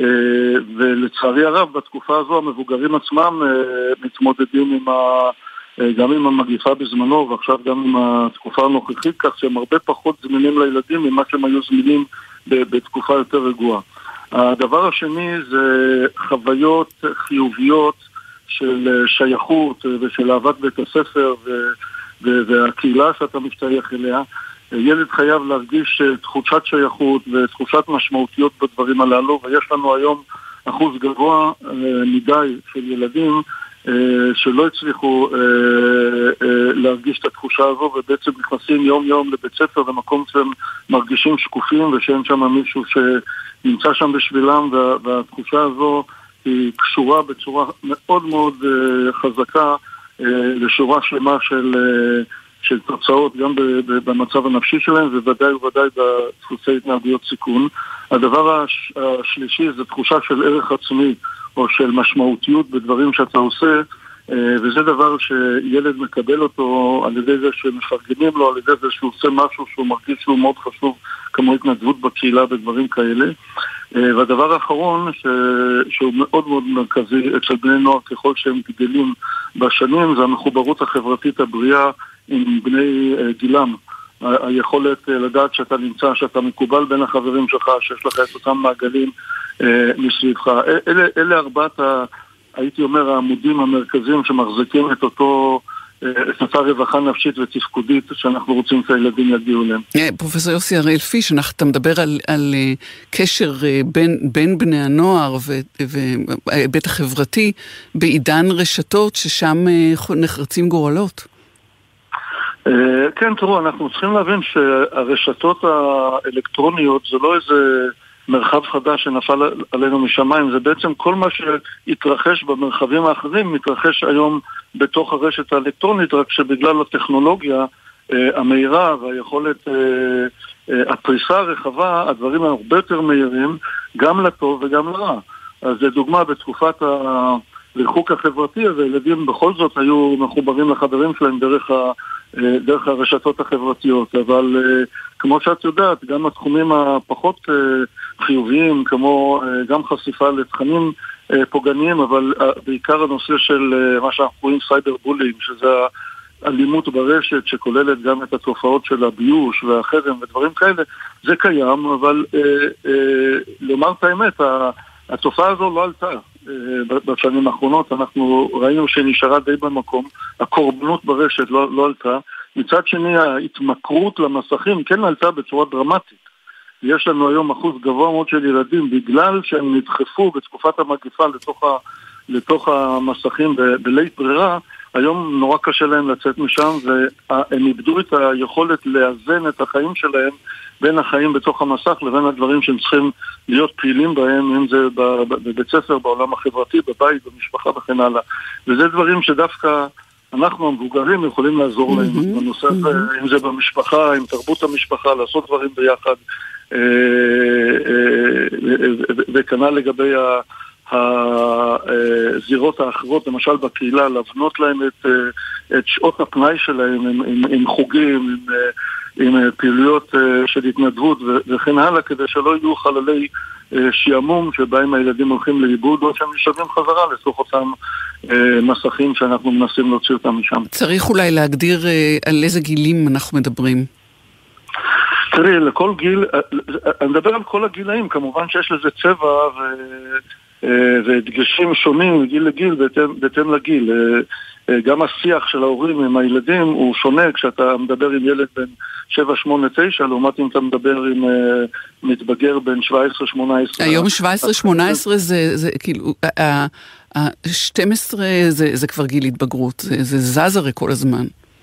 ולצערי הרב בתקופה הזו המבוגרים עצמם מתמודדים גם עם המגיפה בזמנו ועכשיו גם עם התקופה הנוכחית, כך שהם הרבה פחות זמינים לילדים ממה שהם היו זמינים בתקופה יותר רגועה. הדבר השני זה חוויות חיוביות של שייכות ושל אהבת בית הספר והקהילה שאתה משתייך אליה. ילד חייב להרגיש תחושת שייכות ותחושת משמעותיות בדברים הללו, ויש לנו היום אחוז גבוה מדי של ילדים שלא הצליחו להרגיש את התחושה הזו, ובעצם נכנסים יום יום לבית ספר במקום שהם מרגישים שקופים ושאין שם מישהו שנמצא שם בשבילם, והתחושה הזו היא קשורה בצורה מאוד מאוד חזקה לשורה שלמה של תוצאות גם במצב הנפשי שלהם, וודאי וודאי בדפוסי התנהגויות סיכון. הדבר השלישי זה תחושה של ערך עצמי או של משמעותיות בדברים שאתה עושה, וזה דבר שילד מקבל אותו על ידי זה שמפרגנים לו, על ידי זה שהוא עושה משהו שהוא מרגיש שהוא מאוד חשוב, כמו התנדבות בקהילה ודברים כאלה. והדבר האחרון שהוא מאוד מאוד מרכזי אצל בני נוער ככל שהם גדלים בשנים, זה המחוברות החברתית הבריאה עם בני גילם. היכולת לדעת שאתה נמצא, שאתה מקובל בין החברים שלך, שיש לך את אותם מעגלים מסביבך. אלה 4 הייתי אומר העמודים המרכזיים שמחזיקים את אותה רווחה נפשית ותפקודית שאנחנו רוצים שהילדים יגיעו להם. פרופסור יוסי הראל פיש, אתה מדבר על קשר בין בני הנוער וההיבט החברתי בעידן רשתות ששם נחרצים גורלות. כן, תראו, אנחנו צריכים להבין שהרשתות האלקטרוניות זה לא איזה מרחב חדש שנפל עלינו משמיים, זה בעצם כל מה שהתרחש במרחבים האחרים מתרחש היום בתוך הרשת האלקטרונית, רק שבגלל הטכנולוגיה המהירה והיכולת הפריסה הרחבה, הדברים הרבה יותר מהירים, גם לטוב וגם לרע. אז לדוגמה, בתקופת הריחוק החברתי, אז הילדים בכל זאת היו מחוברים לחברים שלהם דרך הרשתות החברתיות, אבל כמו שאת יודעת, גם התחומים הפחות חיוביים, כמו גם חשיפה לתכנים פוגעניים, אבל בעיקר הנושא של מה שאנחנו קוראים סייבר בולינג, שזה האלימות ברשת, שכוללת גם את התופעות של הביוש והחרם ודברים כאלה, זה קיים, אבל לומר את האמת, התופעה הזו לא עלתה. בשנים האחרונות אנחנו ראינו שנשארה די במקום, הקורבנות ברשת לא עלתה. מצד שני, ההתמכרות למסכים כן עלתה בצורה דרמטית. יש לנו היום אחוז גבוה מאוד של ילדים, בגלל שהם נדחפו בתקופת המגיפה לתוך המסכים בלית ברירה, היום נורא קשה להם לצאת משם, והם איבדו את היכולת לאזן את החיים שלהם בין החיים בתוך המסך לבין הדברים שהם צריכים להיות פעילים בהם, אם זה בבית ספר, בעולם החברתי, בבית, במשפחה וכן הלאה. וזה דברים שדווקא אנחנו המבוגרים יכולים לעזור להם בנושא הזה, אם זה במשפחה, עם תרבות המשפחה, לעשות דברים ביחד, וכנ"ל לגבי הזירות האחרות, למשל בקהילה, להבנות להם את שעות הפנאי שלהם, עם חוגים, עם פעילויות של התנדבות וכן הלאה, כדי שלא יהיו חללי שיעמום שבהם הילדים הולכים לאיבוד, או שהם נשאבים חזרה לתוך אותם מסכים שאנחנו מנסים להוציא אותם משם. צריך אולי להגדיר על איזה גילים אנחנו מדברים. תראי, לכל גיל, אני מדבר על כל הגילאים, כמובן שיש לזה צבע ודגשים שונים מגיל לגיל בהתאם לגיל. גם השיח של ההורים עם הילדים הוא שונה כשאתה מדבר עם ילד בן 7, 8, 9, לעומת אם אתה מדבר עם מתבגר בן 17, 18. היום 17, 18 זה כאילו, 12 זה כבר גיל התבגרות, זה זז הרי כל הזמן.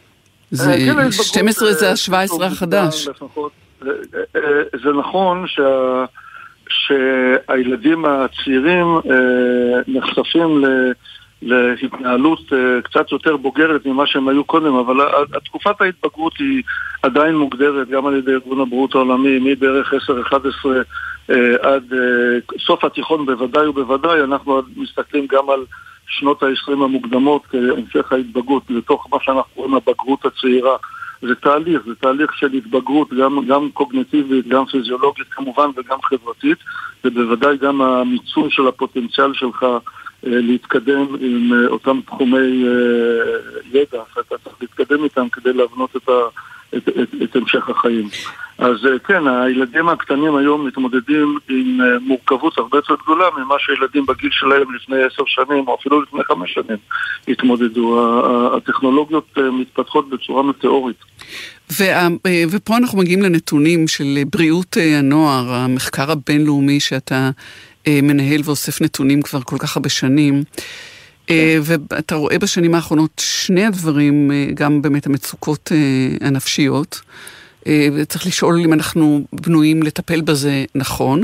12 זה ה-17 החדש. זה נכון שהילדים הצעירים נחשפים להתנהלות קצת יותר בוגרת ממה שהם היו קודם, אבל התקופת ההתבגרות היא עדיין מוגדרת גם על ידי ארגון הבריאות העולמי, מבערך 10-11 עד סוף התיכון בוודאי ובוודאי. אנחנו מסתכלים גם על שנות ה-20 המוקדמות כהמשך ההתבגרות לתוך מה שאנחנו קוראים הבגרות הצעירה. זה תהליך של התבגרות גם קוגניטיבית, גם פיזיולוגית כמובן וגם חברתית, ובוודאי גם המיצוי של הפוטנציאל שלך להתקדם עם אותם תחומי ידע שאתה צריך להתקדם איתם כדי להבנות את המשך החיים. אז כן, הילדים הקטנים היום מתמודדים עם מורכבות הרבה יותר גדולה ממה שילדים בגיל שלהם לפני 10 שנים או אפילו לפני 5 שנים התמודדו. הטכנולוגיות מתפתחות בצורה מטאורית. ופה אנחנו מגיעים לנתונים של בריאות הנוער, המחקר הבינלאומי שאתה מנהל ואוסף נתונים כבר כל כך הרבה שנים. ואתה רואה בשנים האחרונות שני הדברים, גם באמת המצוקות הנפשיות, וצריך לשאול אם אנחנו בנויים לטפל בזה נכון,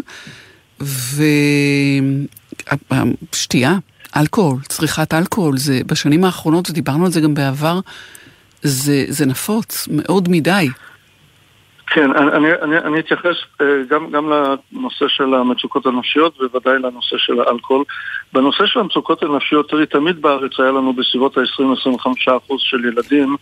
ושתייה, אלכוהול, צריכת אלכוהול, זה בשנים האחרונות, ודיברנו על זה גם בעבר, זה נפוץ מאוד מדי. כן, אני אתייחס גם לנושא של המצוקות הנפשיות ובוודאי לנושא של האלכוהול. בנושא של המצוקות הנפשיות, תמיד בארץ היה לנו בסביבות ה-20-25% של ילדים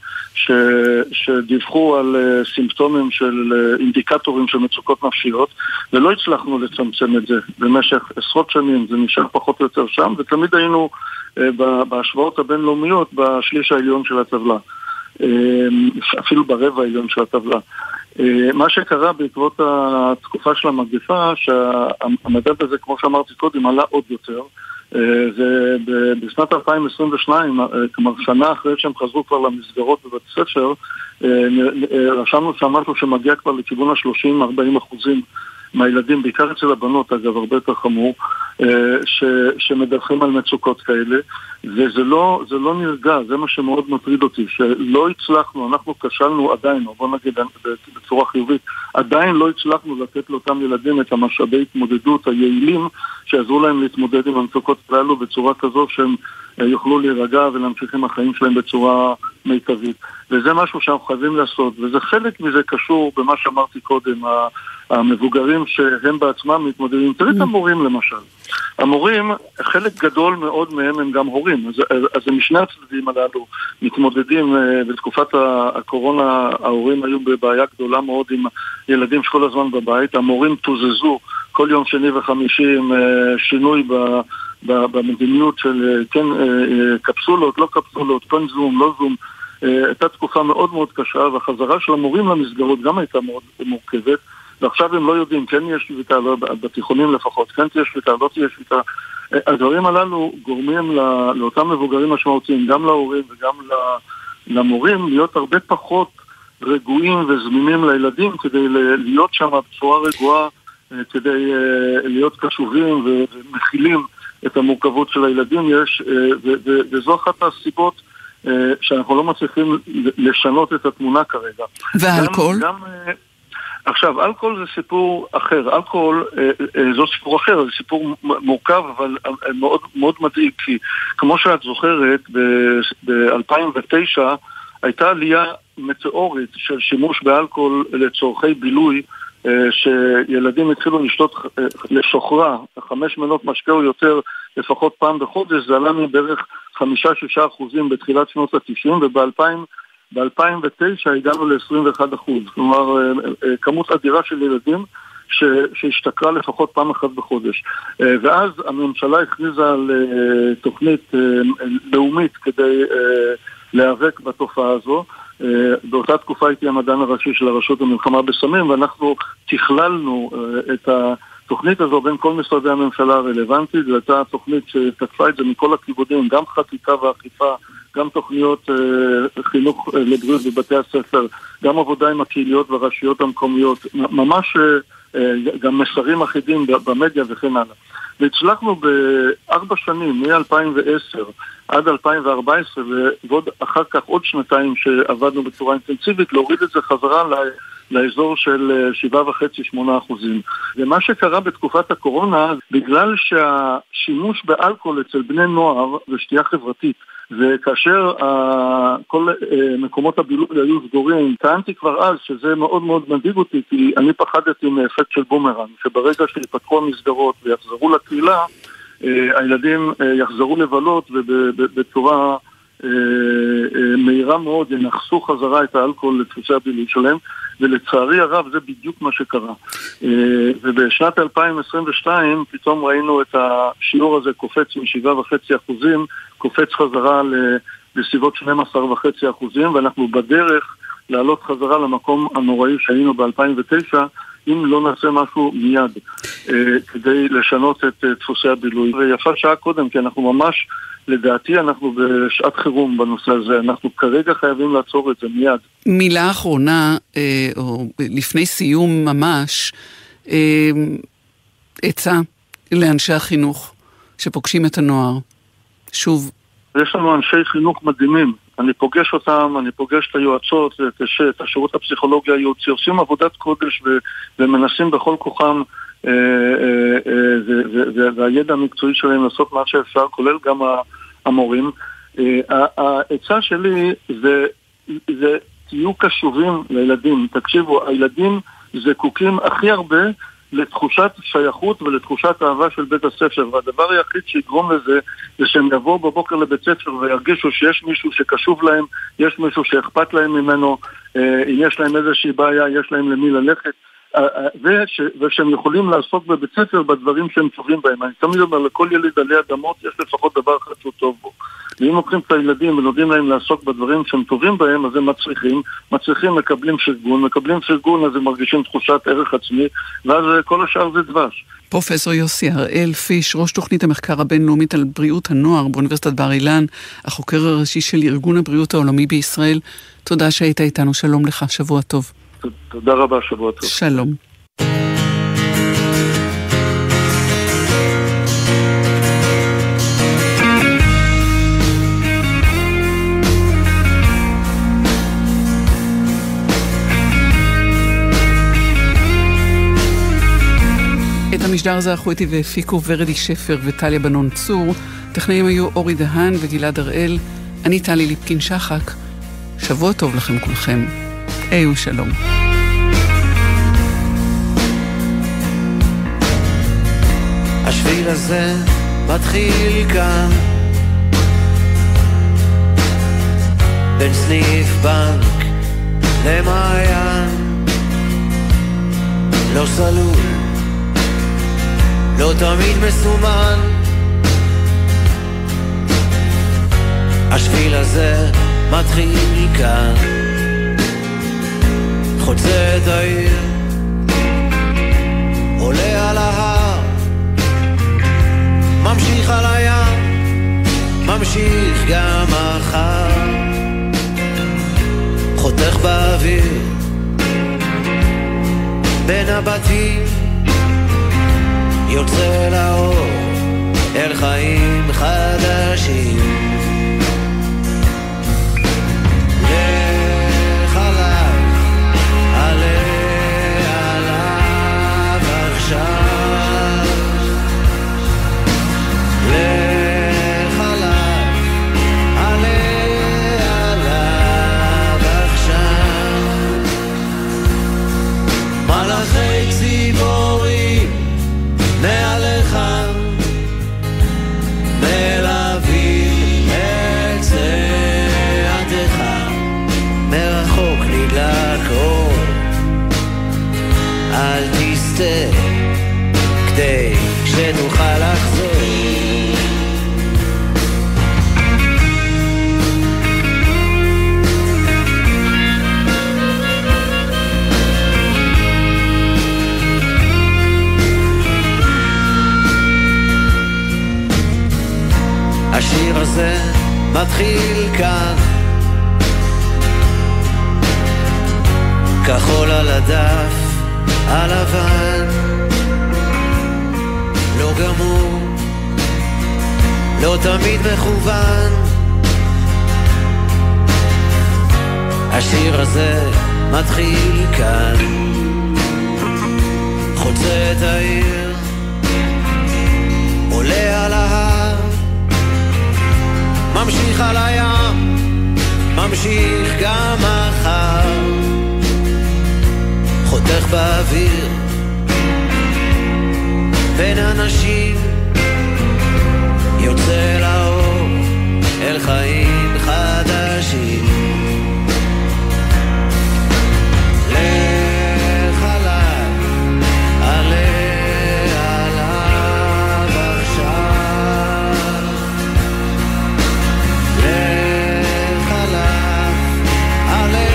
שדיווחו על סימפטומים של אינדיקטורים של מצוקות נפשיות, ולא הצלחנו לצמצם את זה במשך עשרות שנים, זה נשאר פחות או יותר שם, ותמיד היינו בהשוואות הבינלאומיות בשליש העליון של הטבלה, אפילו ברבע העליון של הטבלה. מה שקרה בעקבות התקופה של המגפה, שהמדד הזה, כמו שאמרתי קודם, עלה עוד יותר. זה בשנת 2022, כלומר שנה אחרי שהם חזרו כבר למסגרות בבית ספר, רשמנו שמשהו שמגיע כבר לכיוון ה-30-40% מהילדים, בעיקר אצל הבנות, אגב, הרבה יותר חמור, שמדווחים על מצוקות כאלה, וזה לא נרגע, זה מה שמאוד מטריד אותי, שלא הצלחנו, אנחנו כשלנו עדיין, או בוא נגיד בצורה חיובית, עדיין לא הצלחנו לתת לאותם ילדים את המשאבי התמודדות היעילים, שיעזרו להם להתמודד עם המצוקות האלו בצורה כזו שהם יוכלו להירגע ולהמשיך עם החיים שלהם בצורה מיטבית. וזה משהו שאנחנו חייבים לעשות, וזה חלק מזה קשור במה שאמרתי קודם, המבוגרים שהם בעצמם מתמודדים. תראי את המורים למשל. המורים, חלק גדול מאוד מהם הם גם הורים, אז משני הצדדים הללו מתמודדים. בתקופת הקורונה ההורים היו בבעיה גדולה מאוד עם ילדים שכל הזמן בבית, המורים תוזזו כל יום שני וחמישי עם שינוי במדיניות של כן קפסולות, לא קפסולות, כן זום, לא זום. הייתה תקופה מאוד מאוד קשה, והחזרה של המורים למסגרות גם הייתה מאוד מורכבת, ועכשיו הם לא יודעים, כן יש שביתה, לא, בתיכונים לפחות, כן תהיה שביתה, לא תהיה שביתה. הדברים הללו גורמים לאותם מבוגרים משמעותיים, גם להורים וגם למורים, להיות הרבה פחות רגועים וזמינים לילדים, כדי להיות שם בצורה רגועה, כדי להיות קשובים ומכילים את המורכבות של הילדים. וזו אחת הסיבות שאנחנו לא מצליחים לשנות את התמונה כרגע. והאלכוהול? עכשיו, אלכוהול זה סיפור אחר. אלכוהול זו סיפור אחר, זה סיפור מורכב, אבל מאוד, מאוד מדאיג, כי כמו שאת זוכרת, ב-2009 הייתה עלייה מטאורית של שימוש באלכוהול לצורכי בילוי, שילדים התחילו לשתות לשוחרה, 5 מנות משקה או יותר לפחות פעם בחודש, זה עלה מבערך 5-6% בתחילת שנות ה-90, וב-2009 הגענו ל-21%. כלומר, כמות אדירה של ילדים שהשתכרה לפחות פעם אחת בחודש. ואז הממשלה הכריזה על תוכנית לאומית כדי להיאבק בתופעה הזו. באותה תקופה הייתי המדען הראשי של הרשות למלחמה בסמים, ואנחנו תכללנו את התוכנית הזו בין כל משרדי הממשלה הרלוונטית. זו הייתה תוכנית שתקפה את זה מכל הכיוונים, גם חקיקה ואכיפה, גם תוכניות חינוך לבריאות בבתי הספר, גם עבודה עם הקהיליות והרשויות המקומיות, ממש גם מסרים אחידים במדיה וכן הלאה. והצלחנו ב4 שנים, מ-2010 עד 2014, ועוד אחר כך עוד 2 שעבדנו בצורה אינטנסיבית, להוריד את זה חזרה לאזור של 7.5-8%. ומה שקרה בתקופת הקורונה, בגלל שהשימוש באלכוהול אצל בני נוער זה שתייה חברתית, וכאשר כל מקומות הבילוי היו סגורים, טענתי כבר אז שזה מאוד מאוד מדאיג אותי, כי אני פחדתי מאפקט של בומרנג, שברגע שיפתחו המסגרות ויחזרו לקהילה, הילדים יחזרו לבלות ובצורה מהירה מאוד ינחסו חזרה את האלכוהול לדפוסי הבילוי שלהם, ולצערי הרב זה בדיוק מה שקרה. ובשנת 2022 פתאום ראינו את השיעור הזה קופץ מ7.5%, קופץ חזרה לסביבות 12.5%, ואנחנו בדרך לעלות חזרה למקום הנוראי שהיינו ב-2009, אם לא נעשה משהו מיד כדי לשנות את דפוסי הבילוי. ויפה שעה קודם, כי אנחנו ממש, לדעתי אנחנו בשעת חירום בנושא הזה, אנחנו כרגע חייבים לעצור את זה מיד. מילה אחרונה, או לפני סיום ממש, עצה לאנשי החינוך שפוגשים את הנוער. שוב. יש לנו אנשי חינוך מדהימים, אני פוגש אותם, אני פוגש את היועצות, את השירות הפסיכולוגי הייעוצי, עושים עבודת קודש ומנסים בכל כוחם והידע המקצועי שלהם לעשות מה שאפשר, כולל גם המורים. העצה שלי זה תהיו קשובים לילדים. תקשיבו, הילדים זקוקים הכי הרבה לתחושת שייכות ולתחושת אהבה של בית הספר, והדבר היחיד שיגרום לזה זה שהם יבואו בבוקר לבית ספר וירגישו שיש מישהו שקשוב להם, יש מישהו שאכפת להם ממנו, אם יש להם איזושהי בעיה, יש להם למי ללכת, ושהם יכולים לעסוק בבית ספר בדברים שהם טובים בהם. אני תמיד אומר, לכל ילד עלי אדמות יש לפחות דבר אחד שהוא טוב בו. ואם לוקחים את הילדים ונותנים להם לעסוק בדברים שהם טובים בהם, אז הם מצליחים, מקבלים פרגון, אז הם מרגישים תחושת ערך עצמי, ואז כל השאר זה דבש. פרופסור יוסי הראל פיש, ראש תוכנית המחקר הבינלאומית על בריאות הנוער באוניברסיטת בר אילן, החוקר הראשי של ארגון הבריאות העולמי בישראל, תודה שהיית איתנו, שלום לך, שבוע טוב. תודה רבה, שבוע טוב. שלום. את המשדר הזה ערכו איתי והפיקו ורדי שפר וטליה בנון צור. טכנאים היו אורי דהן וגלעד הראל. אני טלי ליפקין שחק. שבוע טוב לכם כולכם. היו שלום. השביל הזה מתחיל כאן בין סניף בנק למעיין, לא סלול, לא תמיד מסומן. השביל הזה מתחיל כאן, חוצה את העיר, עולה על ההר, ממשיך על הים, ממשיך גם מחר, חותך באוויר בין הבתים, יוצא לאור אל חיים חדשים. לך עליו, עלה עליו עכשיו, לך עליו, עלה עליו עכשיו. מלאכי ציפורים מעליך מלווים את צעדיך, מרחוק נדלק אור, אל תסתה כדי שתוכל לחזור. השיר הזה מתחיל כאן, כחול על הדף הלבן, לא גמור, לא תמיד מכוון. השיר הזה מתחיל כאן, חוצה את העיר, עולה על ההר, ממשיך על הים, ממשיך גם מחר, חותך באוויר בין אנשים, יוצא לאור אל חיים חדשים. לך עליו, עלה עליו עכשיו, לך עליו, עלה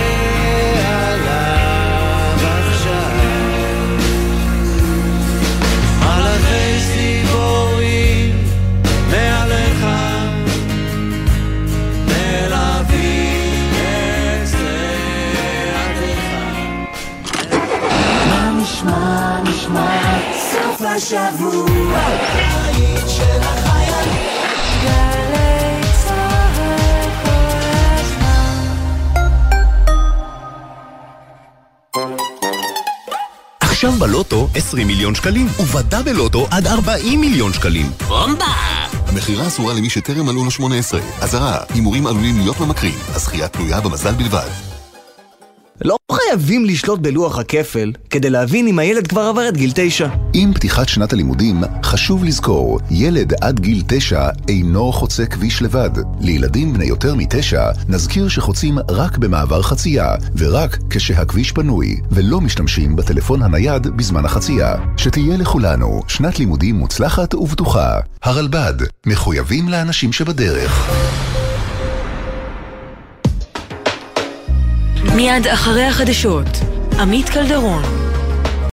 עליו עכשיו. מלאכי ציפורים מעליך מלווים את צעדיך. נשמע, נשמע, סוף השבוע, בית של החיילים, גלי צהל כל הזמן. עכשיו בלוטו 20 מיליון שקלים, ובדה בלוטו עד 40 מיליון שקלים. בומבה! המחירה אסורה למי שטרם מלאו לו 18. אזהרה, הימורים עלולים להיות ממכרים, הזכייה תלויה במזל בלבד. לא חייבים לשלוט בלוח הכפל כדי להבין אם הילד כבר עבר את גיל 9. עם פתיחת שנת הלימודים, חשוב לזכור, ילד עד גיל 9 אינו חוצה כביש לבד. לילדים בני יותר מ9, נזכיר שחוצים רק במעבר חצייה, ורק כשהכביש פנוי, ולא משתמשים בטלפון הנייד בזמן החצייה. שתהיה לכולנו שנת לימודים מוצלחת ובטוחה. הרלב"ד, מחויבים לאנשים שבדרך. מיד אחרי החדשות, עמית קלדרון.